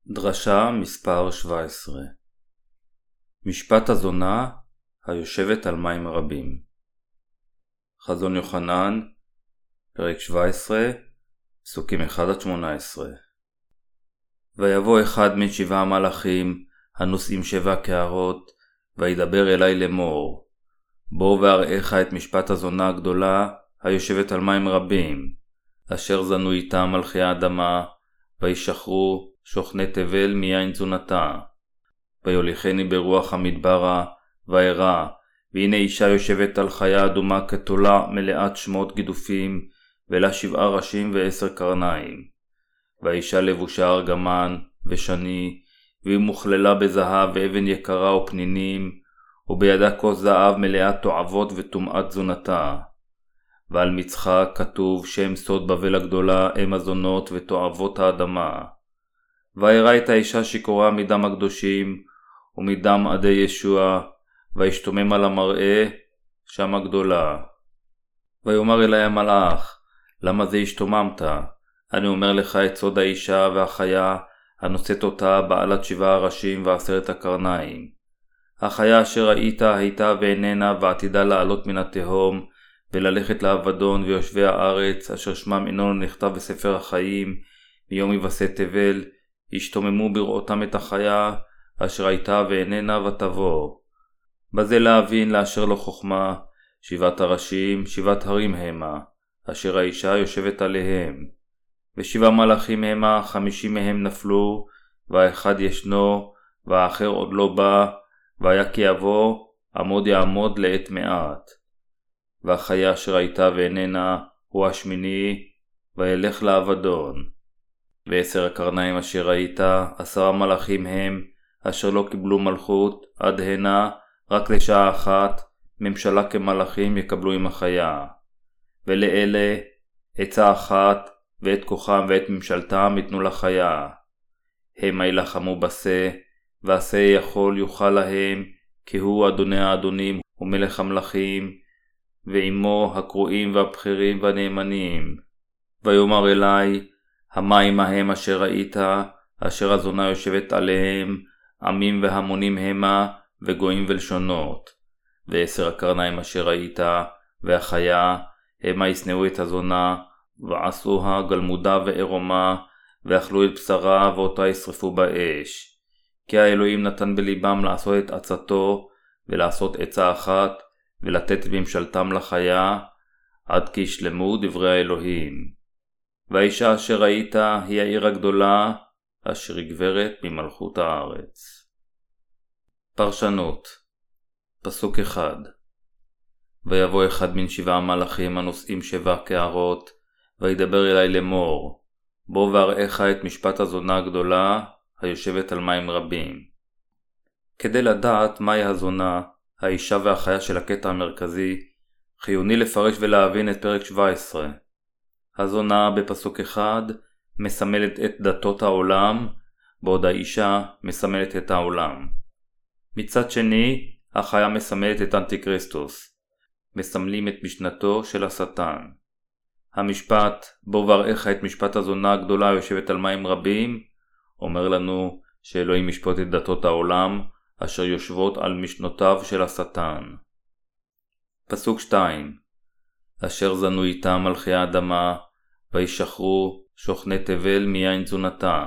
דרשה מספר 17. משפט הזונה היושבת על מים רבים. חזון יוחנן, פרק 17, פסוקים 1-18. ויבוא אחד מן 7 המלאכים הנושאים 7 קערות, וידבר אלי לאמור, בוא ואראך את משפט הזונה הגדולה היושבת על מים רבים, אשר זנו איתם מלכי האדמה, וישחרו שוכני תבל מיין תזונתה. ויוליכני ברוח המדברה, וארא, והנה אישה יושבת על חיה אדומה כתולה מלאת שמות גידופים, ולה 7 ראשים ו10 קרניים. והאישה לבושה ארגמן ושני, והיא מוכללה בזהב ואבן יקרה ופנינים, ובידה כוס זהב מלאת תועבות וטומאת תזונתה. ועל מצחה כתוב שם סוד בבל הגדולה, אם הזונות ותועבות האדמה. וירא את האישה שיכורה מדם הקדושים ומדם עדי ישוע, וישתומם על המראה שם הגדולה. ויאמר אלי המלאך, למה זה השתוממת? אני אומר לך את סוד האישה והחיה הנושאת אותה, בעלת 7 ראשים ו10 הקרניים. החיה אשר ראית הייתה ואיננה, ועתידה לעלות מן התהום וללכת לאבדון, ויושבי הארץ אשר שמם אינו נכתב בספר החיים מיום היווסד תבל השתוממו בראותם את החיה אשר הייתה ואיננה ותבוא. בזה להבין לאשר לו חוכמה, 7 הראשים 7 הרים המה, אשר האישה יושבת עליהם. ו7 מלאכים המה, 50 מהם נפלו, והאחד ישנו, והאחר עוד לא בא, והיה כי יבוא, עמוד יעמוד לעת מעט. והחיה אשר הייתה ואיננה, הוא השמיני, וילך לאבדון. ו10 הקרניים אשר ראית, 10 מלאכים הם, אשר לא קיבלו מלכות, עד הנה, רק לשעה אחת, ממשלה כמלאכים יקבלו עם החיה. ולאלה, עצה אחת, ואת כוחם ואת ממשלתם יתנו לחיה. המה ילחמו בשה, והשה יכול יוכל להם, כי הוא אדוני האדונים ומלך המלכים, ועמו הקרואים והבחירים והנאמנים. ויאמר אלי, המים ההם אשר ראית, אשר הזונה יושבת עליהם, עמים והמונים המה, וגויים ולשונות. ו10 הקרניים אשר ראית, והחיה, המה ישנאו את הזונה, ועשוה גלמודה וערומה, ואכלו את בשרה, ואותה ישרפו באש. כי האלוהים נתן בליבם לעשות את עצתו, ולעשות עצה אחת, ולתת את ממשלתם לחיה, עד כי ישלמו דברי האלוהים. והאישה אשר ראית היא העיר הגדולה, אשר היא גברת ממלכות הארץ. פרשנות. פסוק 1. ויבוא אחד מן 7 המלאכים הנושאים 7 קערות, וידבר אלי לאמור, בוא ואראך את משפט הזונה הגדולה, היושבת על מים רבים. כדי לדעת מהי הזונה, האישה והחיה של הקטע המרכזי, חיוני לפרש ולהבין את פרק 17. הזונה בפסוק 1 מסמלת את דתות העולם, בעוד האישה מסמלת את העולם. מצד שני, החיה מסמלת את אנטיקריסטוס, מסמלים את משנתו של השטן. המשפט, בוא ואראך את משפט הזונה הגדולה היושבת על מים רבים, אומר לנו שאלוהים ישפוט את דתות העולם, אשר יושבות על משנותיו של השטן. פסוק 2. אשר זנו איתם מלכי האדמה, וישחרו שוכני תבל מיין תזונתה.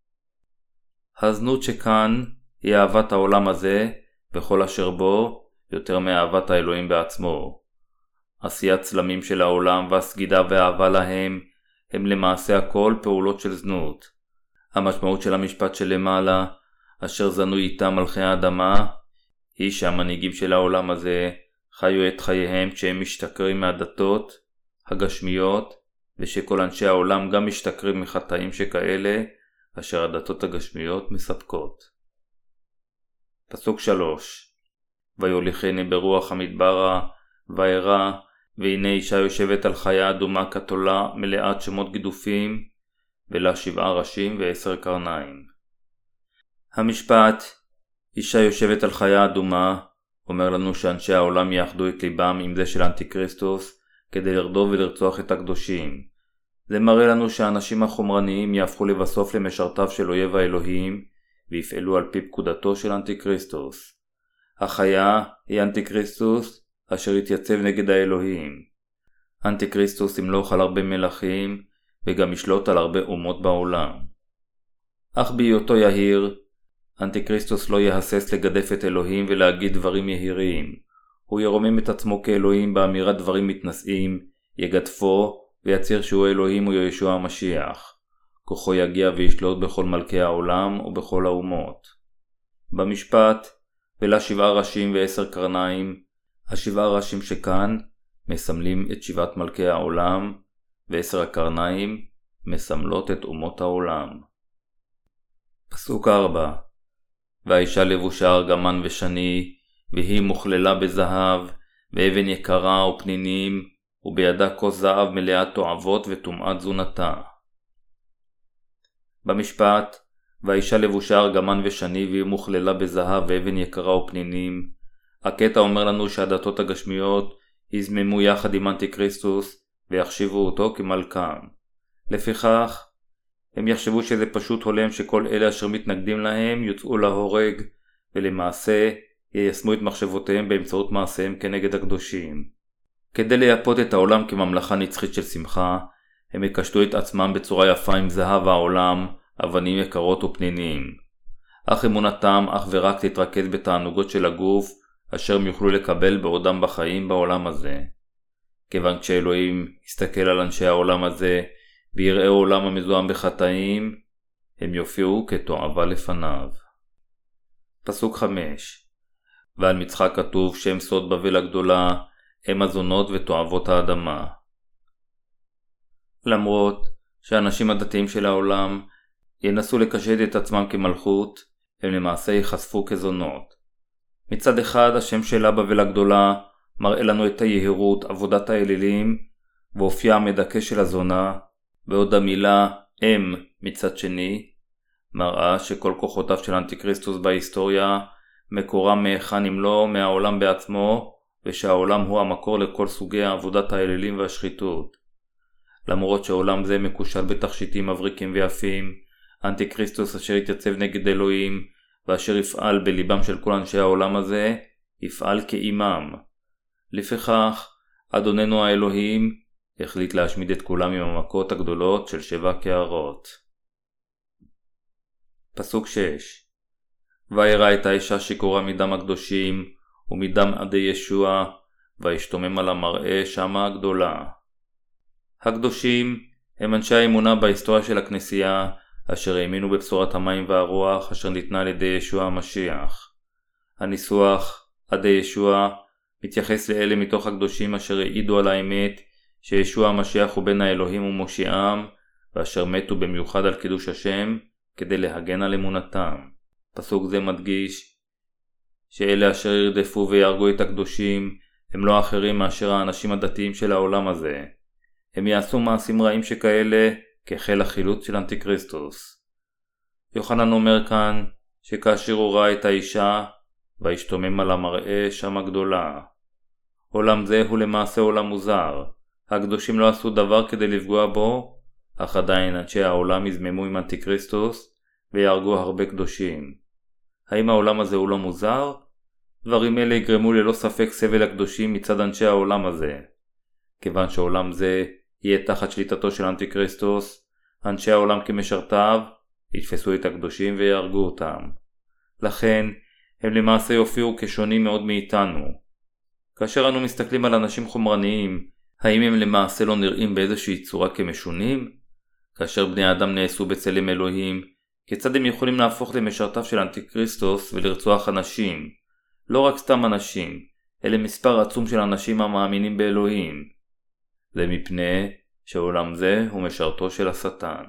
הזנות שכאן היא אהבת העולם הזה וכל אשר בו, יותר מאהבת האלוהים בעצמו. עשיית צלמים של העולם והסגידה והאהבה להם הם למעשה הכל פעולות של זנות. המשמעות של המשפט שלמעלה, אשר זנו איתם מלכי האדמה, היא שהמנהיגים של העולם הזה חיו את חייהם כשהם משתכרים מהדתות הגשמיות, ושכל אנשי העולם גם משתכרים מחטאים שכאלה אשר הדתות הגשמיות מספקות. פסוק 3. ויוליכני ברוח המדברה, וארא, והנה אישה יושבת על חיה אדומה כתולה מלאת שמות גידופים, ולה 7 ראשים ו10 קרניים. המשפט, אישה יושבת על חיה אדומה, אומר לנו שאנשי העולם יאחדו את ליבם עם זה של אנטיקריסטוס, כדי לרדוף ולרצוח את הקדושים. זה מראה לנו שהאנשים החומרניים יהפכו לבסוף למשרתיו של אויב האלוהים ויפעלו על פי פקודתו של אנטיקריסטוס. החיה היא אנטיקריסטוס אשר יתייצב נגד האלוהים. אנטיקריסטוס ימלוך על הרבה מלכים וגם ישלוט על הרבה אומות בעולם. אך בהיותו יהיר, אנטיקריסטוס לא יהסס לגדף את אלוהים ולהגיד דברים יהירים. הוא ירומם את עצמו כאלוהים באמירת דברים מתנשאים, יגדפו ויצהיר שהוא אלוהים הוא ישוע המשיח. כוחו יגיע וישלוט בכל מלכי העולם ובכל האומות. במשפט, ולה 7 ראשים ו10 קרניים, ה7 ראשים שכאן מסמלים את 7 מלכי העולם, ו10 הקרניים מסמלות את אומות העולם. פסוק 4. והאישה לבושה ארגמן ושני, והיא מוכללה בזהב, ואבן יקרה ופנינים, ובידה כוס זהב מלאה תועבות וטומאת תזונתה. במשפט, והאישה לבושה ארגמן ושני, והיא מוכללה בזהב ואבן יקרה ופנינים, הקטע אומר לנו שהדתות הגשמיות יזממו יחד עם אנטיקריסטוס ויחשיבו אותו כמלכם. לפיכך, הם יחשבו שזה פשוט הולם שכל אלה אשר מתנגדים להם יוצאו להורג, ולמעשה יישמו את מחשבותיהם באמצעות מעשיהם כנגד הקדושים. כדי לייפות את העולם כממלכה נצחית של שמחה, הם יקשטו את עצמם בצורה יפה עם זהב העולם, אבנים יקרות ופנינים. אך אמונתם אך ורק תתרכז בתענוגות של הגוף, אשר הם יוכלו לקבל בעודם בחיים בעולם הזה. כיוון כשאלוהים יסתכל על אנשי העולם הזה, ויראה עולם המזוהם בחטאים, הם יופיעו כתועבה לפניו. פסוק 5. ועל מצחה כתוב שם סוד בבל הגדולה, הם הזונות ותועבות האדמה. למרות שהאנשים הדתיים של העולם ינסו לקשט את עצמם כמלכות, הם למעשה ייחשפו כזונות. מצד אחד השם שלה בבל הגדולה מראה לנו את היהירות, עבודת האלילים ואופייה המדכא של הזונה, בעוד המילה אם מצד שני מראה שכל כוחותיו של אנטיקריסטוס בהיסטוריה מקורם מהיכן אם לא מהעולם בעצמו, ושהעולם הוא המקור לכל סוגי עבודת האלילים והשחיתות. למרות שעולם זה מקושל בתכשיטים מבריקים ויפים, אנטיקריסטוס אשר יתייצב נגד אלוהים ואשר יפעל בליבם של כל אנשי העולם הזה, יפעל כאימם. לפיכך, אדוננו האלוהים החליט להשמיד את כולם עם המכות הגדולות של 7 קערות. פסוק 6. וירא את האישה שיכורה מדם הקדושים ומדם עדי ישוע, וישתומם על המראה שמה הגדולה. הקדושים הם אנשי האמונה בהיסטוריה של הכנסייה, אשר האמינו בבשורת המים והרוח אשר ניתנה על ידי ישוע המשיח. הניסוח עדי ישוע מתייחס לאלה מתוך הקדושים אשר העידו על האמת שישוע המשיח הוא בן האלוהים ומושיעם, ואשר מתו במיוחד על קידוש השם כדי להגן על אמונתם. פסוק זה מדגיש שאלה אשר ירדפו ויהרגו את הקדושים הם לא אחרים מאשר האנשים הדתיים של העולם הזה. הם יעשו מעשים רעים שכאלה כחיל החילוץ של אנטיקריסטוס. יוחנן אומר כאן שכאשר הוא ראה את האישה וישתומם על המראה שמה גדולה. עולם זה הוא למעשה עולם מוזר. הקדושים לא עשו דבר כדי לפגוע בו, אך עדיין אנשי העולם יזממו עם אנטיקריסטוס ויהרגו הרבה קדושים. האם העולם הזה הוא לא מוזר? דברים אלה יגרמו ללא ספק סבל הקדושים מצד אנשי העולם הזה. כיוון שעולם זה יהיה תחת שליטתו של אנטיקריסטוס, אנשי העולם כמשרתיו יתפסו את הקדושים ויהרגו אותם. לכן הם למעשה יופיעו כשונים מאוד מאיתנו. כאשר אנו מסתכלים על אנשים חומרניים, האם הם למעשה לא נראים באיזושהי צורה כמשונים? כאשר בני האדם נעשו בצלם אלוהים, כיצד הם יכולים להפוך למשרתיו של אנטיקריסטוס ולרצוח אנשים? לא רק סתם אנשים, אלא מספר עצום של אנשים המאמינים באלוהים. זה מפני שעולם זה הוא משרתו של השטן.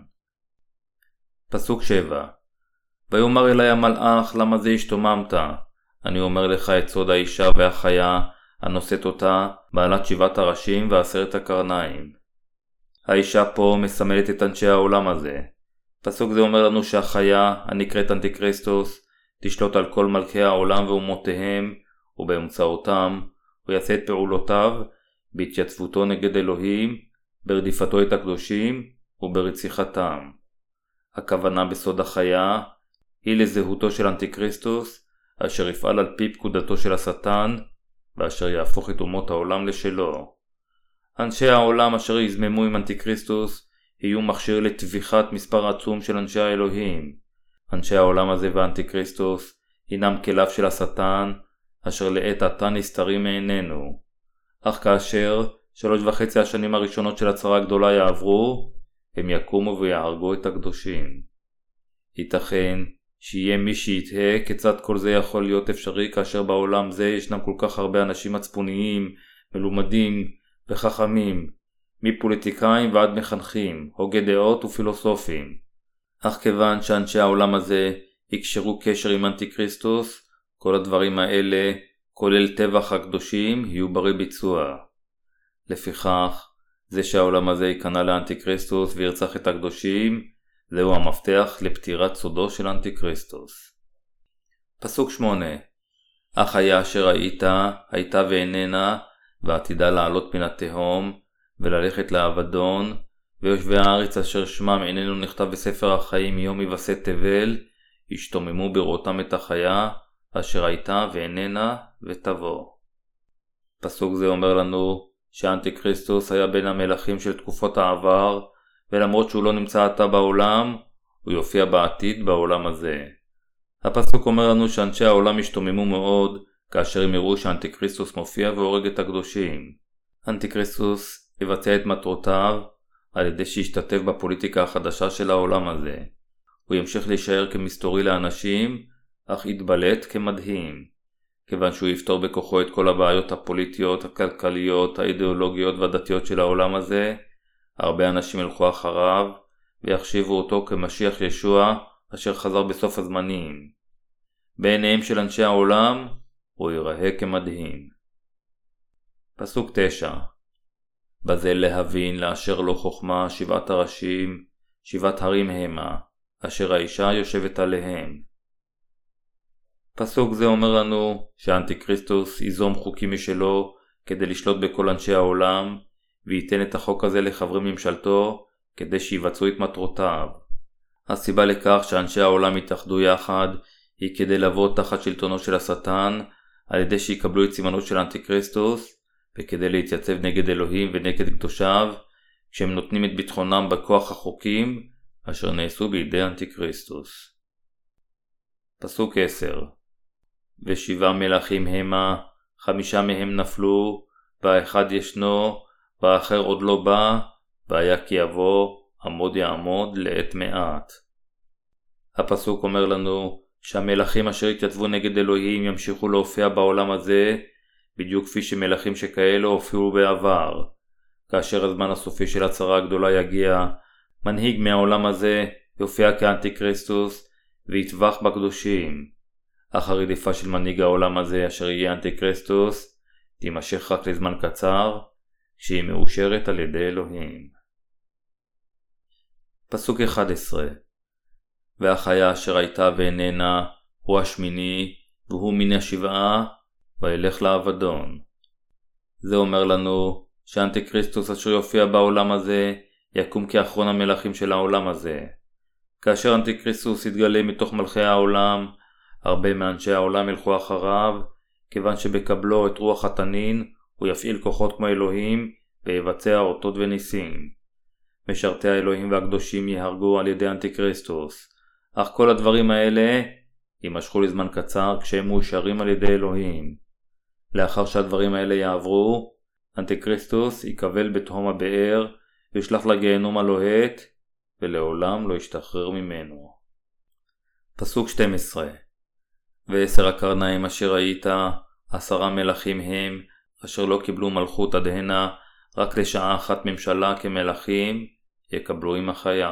פסוק 7. ויאמר אלי המלאך, למה זה השתוממת? אני אומר לך את סוד האישה והחיה הנושאת אותה, בעלת 7 הראשים ו10 הקרניים. האישה פה מסמלת את אנשי העולם הזה. פסוק זה אומר לנו שהחיה הנקראת אנטיקריסטוס תשלוט על כל מלכי העולם ואומותיהם, ובאמצעותם הוא יעשה את פעולותיו בהתייצבותו נגד אלוהים, ברדיפתו את הקדושים וברציחתם. הכוונה בסוד החיה היא לזהותו של אנטיקריסטוס, אשר יפעל על פי פקודתו של השטן, ואשר יהפוך את אומות העולם לשלו. אנשי העולם אשר יזממו עם אנטיקריסטוס יהיו מכשיר לטביחת מספר עצום של אנשי האלוהים. אנשי העולם הזה ואנטיקריסטוס הינם כליו של השטן, אשר לעת עתה נסתרים מעינינו. אך כאשר 3.5 השנים הראשונות של הצרה הגדולה יעברו, הם יקומו ויהרגו את הקדושים. ייתכן שיהיה מי שיתהה כיצד כל זה יכול להיות אפשרי כאשר בעולם זה ישנם כל כך הרבה אנשים מצפוניים, מלומדים וחכמים, מפוליטיקאים ועד מחנכים, הוגי דעות ופילוסופים. אך כיוון שאנשי העולם הזה יקשרו קשר עם אנטיקריסטוס, כל הדברים האלה, כולל טבח הקדושים, יהיו ברי ביצוע. לפיכך, זה שהעולם הזה ייכנע לאנטיקריסטוס וירצח את הקדושים, זהו המפתח לפתירת סודו של אנטיקריסטוס. פסוק 8. החיה אשר הייתה ואיננה, ועתידה לעלות מן התהום, וללכת לאבדון, ויושבי הארץ אשר שמם איננו נכתב בספר החיים יום יבשא תבל, השתוממו בראותם את החיה, אשר הייתה ואיננה ותבוא. פסוק זה אומר לנו שאנטיקריסטוס היה בין המלכים של תקופות העבר, ולמרות שהוא לא נמצא עתה בעולם, הוא יופיע בעתיד בעולם הזה. הפסוק אומר לנו שאנשי העולם השתוממו מאוד, כאשר הם יראו שאנטיקריסטוס מופיע והורג את הקדושים. אנטיקריסטוס יבצע את מטרותיו על ידי שישתתף בפוליטיקה החדשה של העולם הזה. הוא ימשיך להישאר כמסתורי לאנשים, אך יתבלט כמדהים. כיוון שהוא יפתור בכוחו את כל הבעיות הפוליטיות, הכלכליות, האידיאולוגיות והדתיות של העולם הזה, הרבה אנשים ילכו אחריו ויחשיבו אותו כמשיח ישוע אשר חזר בסוף הזמנים. בעיניהם של אנשי העולם הוא ייראה כמדהים. פסוק 9. בזה להבין לאשר לו חוכמה 7 הראשים, 7 הרים המה, אשר האישה יושבת עליהם. פסוק זה אומר לנו שהאנטיקריסטוס ייזום חוקים משלו כדי לשלוט בכל אנשי העולם, וייתן את החוק הזה לחברי ממשלתו כדי שיבצעו את מטרותיו. הסיבה לכך שאנשי העולם יתאחדו יחד היא כדי לבוא תחת שלטונו של השטן, על ידי שיקבלו את סימנו של אנטיקריסטוס, וכדי להתייצב נגד אלוהים ונגד קדושיו, כשהם נותנים את ביטחונם בכוח החוקים אשר נעשו בידי אנטיקריסטוס. פסוק 10. ו7 מלכים המה, 5 מהם נפלו, והאחד ישנו, והאחר עוד לא בא, והיה כי יבוא, עמוד יעמוד לעת מעט. הפסוק אומר לנו שהמלכים אשר התייצבו נגד אלוהים ימשיכו להופיע בעולם הזה, בדיוק כפי שמלכים שכאלו הופיעו בעבר. כאשר הזמן הסופי של הצרה הגדולה יגיע, מנהיג מהעולם הזה יופיע כאנטיקריסטוס ויטבח בקדושים. אך הרדיפה של מנהיג העולם הזה אשר יהיה אנטיקריסטוס תימשך רק לזמן קצר, כשהיא מאושרת על ידי אלוהים. פסוק 11. והחיה אשר הייתה ואיננה הוא השמיני, והוא מן 7, וילך לאבדון. זה אומר לנו שאנטיקריסטוס אשר יופיע בעולם הזה יקום כאחרון המלכים של העולם הזה. כאשר אנטיקריסטוס יתגלה מתוך מלכי העולם, הרבה מאנשי העולם ילכו אחריו, כיוון שבקבלו את רוח התנין הוא יפעיל כוחות כמו אלוהים ויבצע אותות וניסים. משרתי האלוהים והקדושים יהרגו על ידי אנטיקריסטוס, אך כל הדברים האלה יימשכו לזמן קצר כשהם מאושרים על ידי אלוהים. לאחר שהדברים האלה יעברו, אנטיקריסטוס יקבל בתהום הבאר וישלח לגיהנום הלוהט, ולעולם לא ישתחרר ממנו. פסוק 12. ו10 הקרניים אשר ראית, 10 מלכים הם, אשר לא קיבלו מלכות עד הנה, רק לשעה אחת ממשלה כמלכים, יקבלו עם החיה.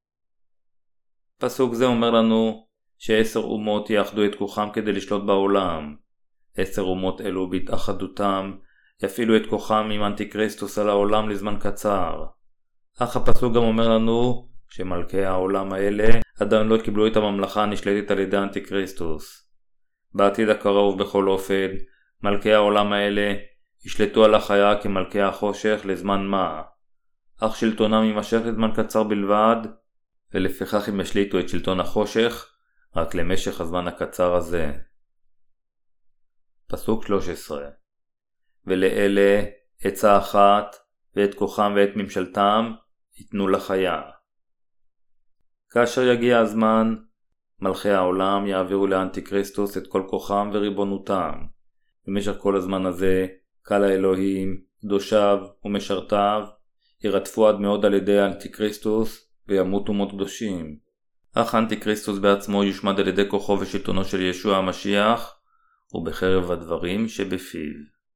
פסוק זה אומר לנו ש10 אומות יאחדו את כוחם כדי לשלוט בעולם. 10 אומות אלו בהתאחדותם יפעילו את כוחם עם אנטיקריסטוס על העולם לזמן קצר. אך הפסוק גם אומר לנו שמלכי העולם האלה עדיין לא קיבלו את הממלכה הנשלטת על ידי אנטיקריסטוס. בעתיד הקרוב בכל אופן, מלכי העולם האלה ישלטו על החיה כמלכי החושך לזמן מה. אך שלטונם יימשך לזמן קצר בלבד, ולפיכך הם ישליטו את שלטון החושך רק למשך הזמן הקצר הזה. פסוק 13. ולאלה עצה אחת, ואת כוחם ואת ממשלתם ייתנו לחיה. כאשר יגיע הזמן, מלכי העולם יעבירו לאנטיקריסטוס את כל כוחם וריבונותם. במשך כל הזמן הזה, קהל האלוהים, קדושיו ומשרתיו, ירדפו עד מאוד על ידי האנטיקריסטוס וימותו מות קדושים. אך האנטיקריסטוס בעצמו יושמד על ידי כוחו ושלטונו של ישוע המשיח, ובחרב הדברים שבפיו.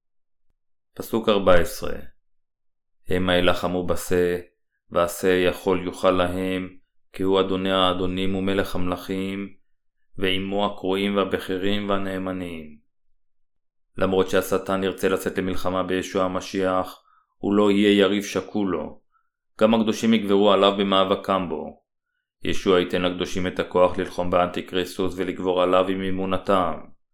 פסוק 14. המה ילחמו בשה, והשה יכול יוכל להם, כי הוא אדוני האדונים ומלך המלכים, ועמו הקרואים והבכירים והנאמנים. למרות שהשטן ירצה לצאת למלחמה בישוע המשיח, הוא לא יהיה יריב שקול לו. גם הקדושים יגברו עליו במאבקם בו. ישוע ייתן לקדושים את הכוח ללחום באנטיקריסטוס ולגבור עליו עם אמונתם.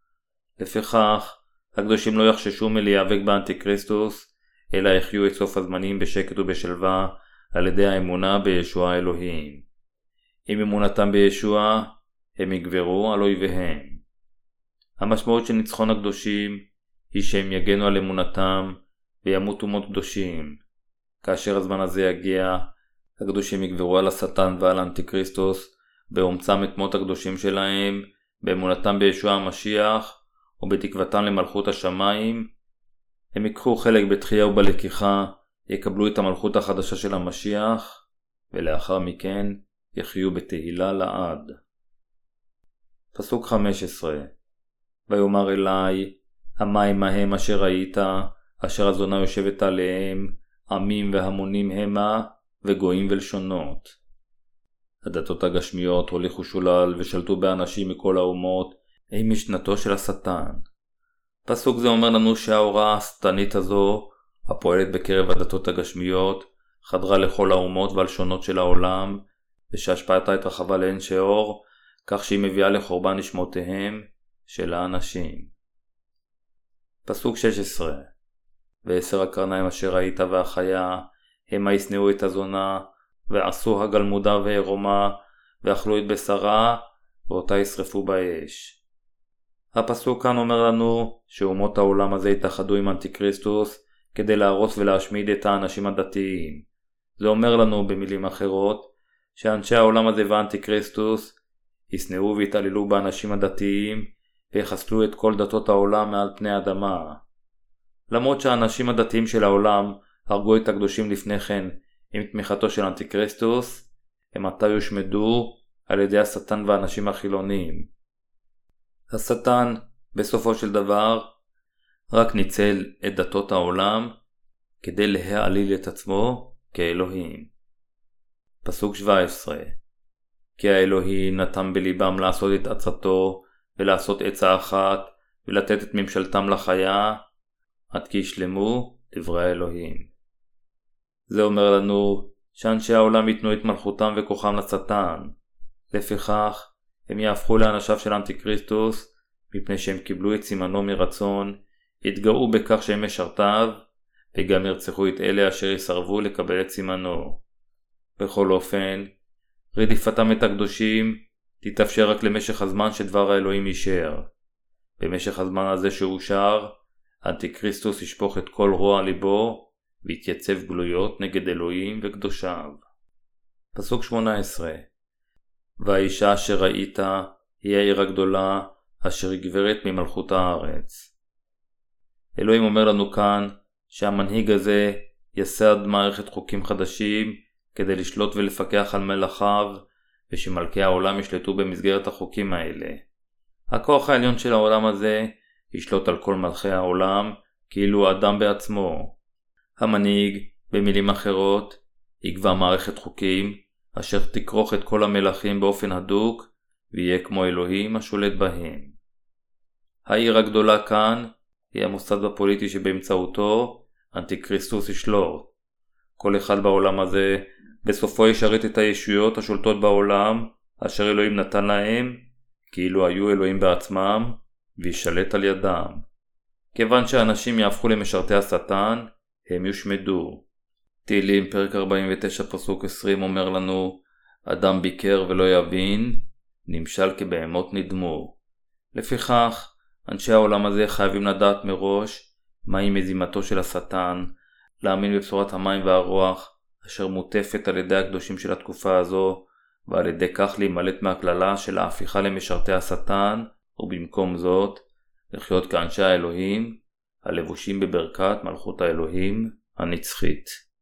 לפיכך, הקדושים לא יחששו מלהיאבק באנטיקריסטוס, אלא יחיו את סוף הזמנים בשקט ובשלווה על ידי האמונה בישוע האלוהים. עם אמונתם בישוע, הם יגברו על אויביהם. המשמעות של ניצחון הקדושים היא שהם יגנו על אמונתם וימותו מות קדושים. כאשר הזמן הזה יגיע, הקדושים יגברו על השטן ועל האנטיקריסטוס באומצם את מות הקדושים שלהם, באמונתם בישוע המשיח ובתקוותם למלכות השמיים. הם יקחו חלק בתחייה ובלקיחה, יקבלו את המלכות החדשה של המשיח, ולאחר מכן יחיו בתהילה לעד. פסוק 15. ויאמר אלי, המים ההם אשר ראית, אשר הזונה יושבת עליהם, עמים והמונים המה, וגויים ולשונות. הדתות הגשמיות הוליכו שולל ושלטו באנשים מכל האומות, עם משנתו של השטן. פסוק זה אומר לנו שההוראה השטנית הזו, הפועלת בקרב הדתות הגשמיות, חדרה לכל האומות והלשונות של העולם, ושהשפעתה התרחבה לאין שיעור, כך שהיא מביאה לחורבן נשמותיהם של האנשים. פסוק 16. ועשר הקרניים אשר ראית והחיה, המה ישנאו את הזונה, ועשו הגלמודה ועירומה, ואכלו את בשרה, ואותה ישרפו באש. הפסוק כאן אומר לנו שאומות העולם הזה התאחדו עם אנטיקריסטוס כדי להרוס ולהשמיד את האנשים הדתיים. זה אומר לנו במילים אחרות שאנשי העולם הזה ואנטיקריסטוס ישנאו והתעללו באנשים הדתיים ויחסלו את כל דתות העולם מעל פני האדמה. למרות שהאנשים הדתיים של העולם הרגו את הקדושים לפני כן עם תמיכתו של אנטיקריסטוס, הם עתה יושמדו על ידי השטן והאנשים החילוניים. השטן בסופו של דבר רק ניצל את דתות העולם כדי להעליל את עצמו כאלוהים. פסוק 17. כי האלוהים נתן בליבם לעשות את עצתו ולעשות עצה אחת ולתת את ממשלתם לחיה עד כי ישלמו דברי האלוהים. זה אומר לנו שאנשי העולם ייתנו את מלכותם וכוחם לשטן. לפיכך הם יהפכו לאנשיו של אנטיקריסטוס מפני שהם קיבלו את סימנו מרצון, יתגאו בכך שהם משרתיו וגם ירצחו את אלה אשר יסרבו לקבל את סימנו. בכל אופן, רדיפתם את הקדושים תתאפשר רק למשך הזמן שדבר האלוהים יישאר. במשך הזמן הזה שאושר, אנטיקריסטוס ישפוך את כל רוע ליבו ויתייצב גלויות נגד אלוהים וקדושיו. פסוק 18. והאישה אשר ראית היא העיר הגדולה אשר היא גברת ממלכות הארץ. אלוהים אומר לנו כאן שהמנהיג הזה יסד מערכת חוקים חדשים כדי לשלוט ולפקח על מלאכיו, ושמלכי העולם ישלטו במסגרת החוקים האלה. הכוח העליון של העולם הזה ישלוט על כל מלכי העולם כאילו האדם בעצמו. המנהיג, במילים אחרות, יקבע מערכת חוקים אשר תכרוך את כל המלכים באופן הדוק ויהיה כמו אלוהים השולט בהם. העיר הגדולה כאן היא המוסד הפוליטי שבאמצעותו אנטיקריסטוס ישלוט. כל אחד בעולם הזה בסופו ישרת את הישויות השולטות בעולם אשר אלוהים נתן להם כאילו היו אלוהים בעצמם וישלט על ידם. כיוון שהאנשים יהפכו למשרתי השטן, הם יושמדו. תהילים פרק 49 פסוק 20 אומר לנו, אדם ביקר ולא יבין, נמשל כבהמות נדמו. לפיכך, אנשי העולם הזה חייבים לדעת מראש מהי מזימתו של השטן, להאמין בבשורת המים והרוח, אשר מוטפת על ידי הקדושים של התקופה הזו, ועל ידי כך להימלט מהכללה של ההפיכה למשרתי השטן, ובמקום זאת, לחיות כאנשי האלוהים, הלבושים בברכת מלכות האלוהים הנצחית.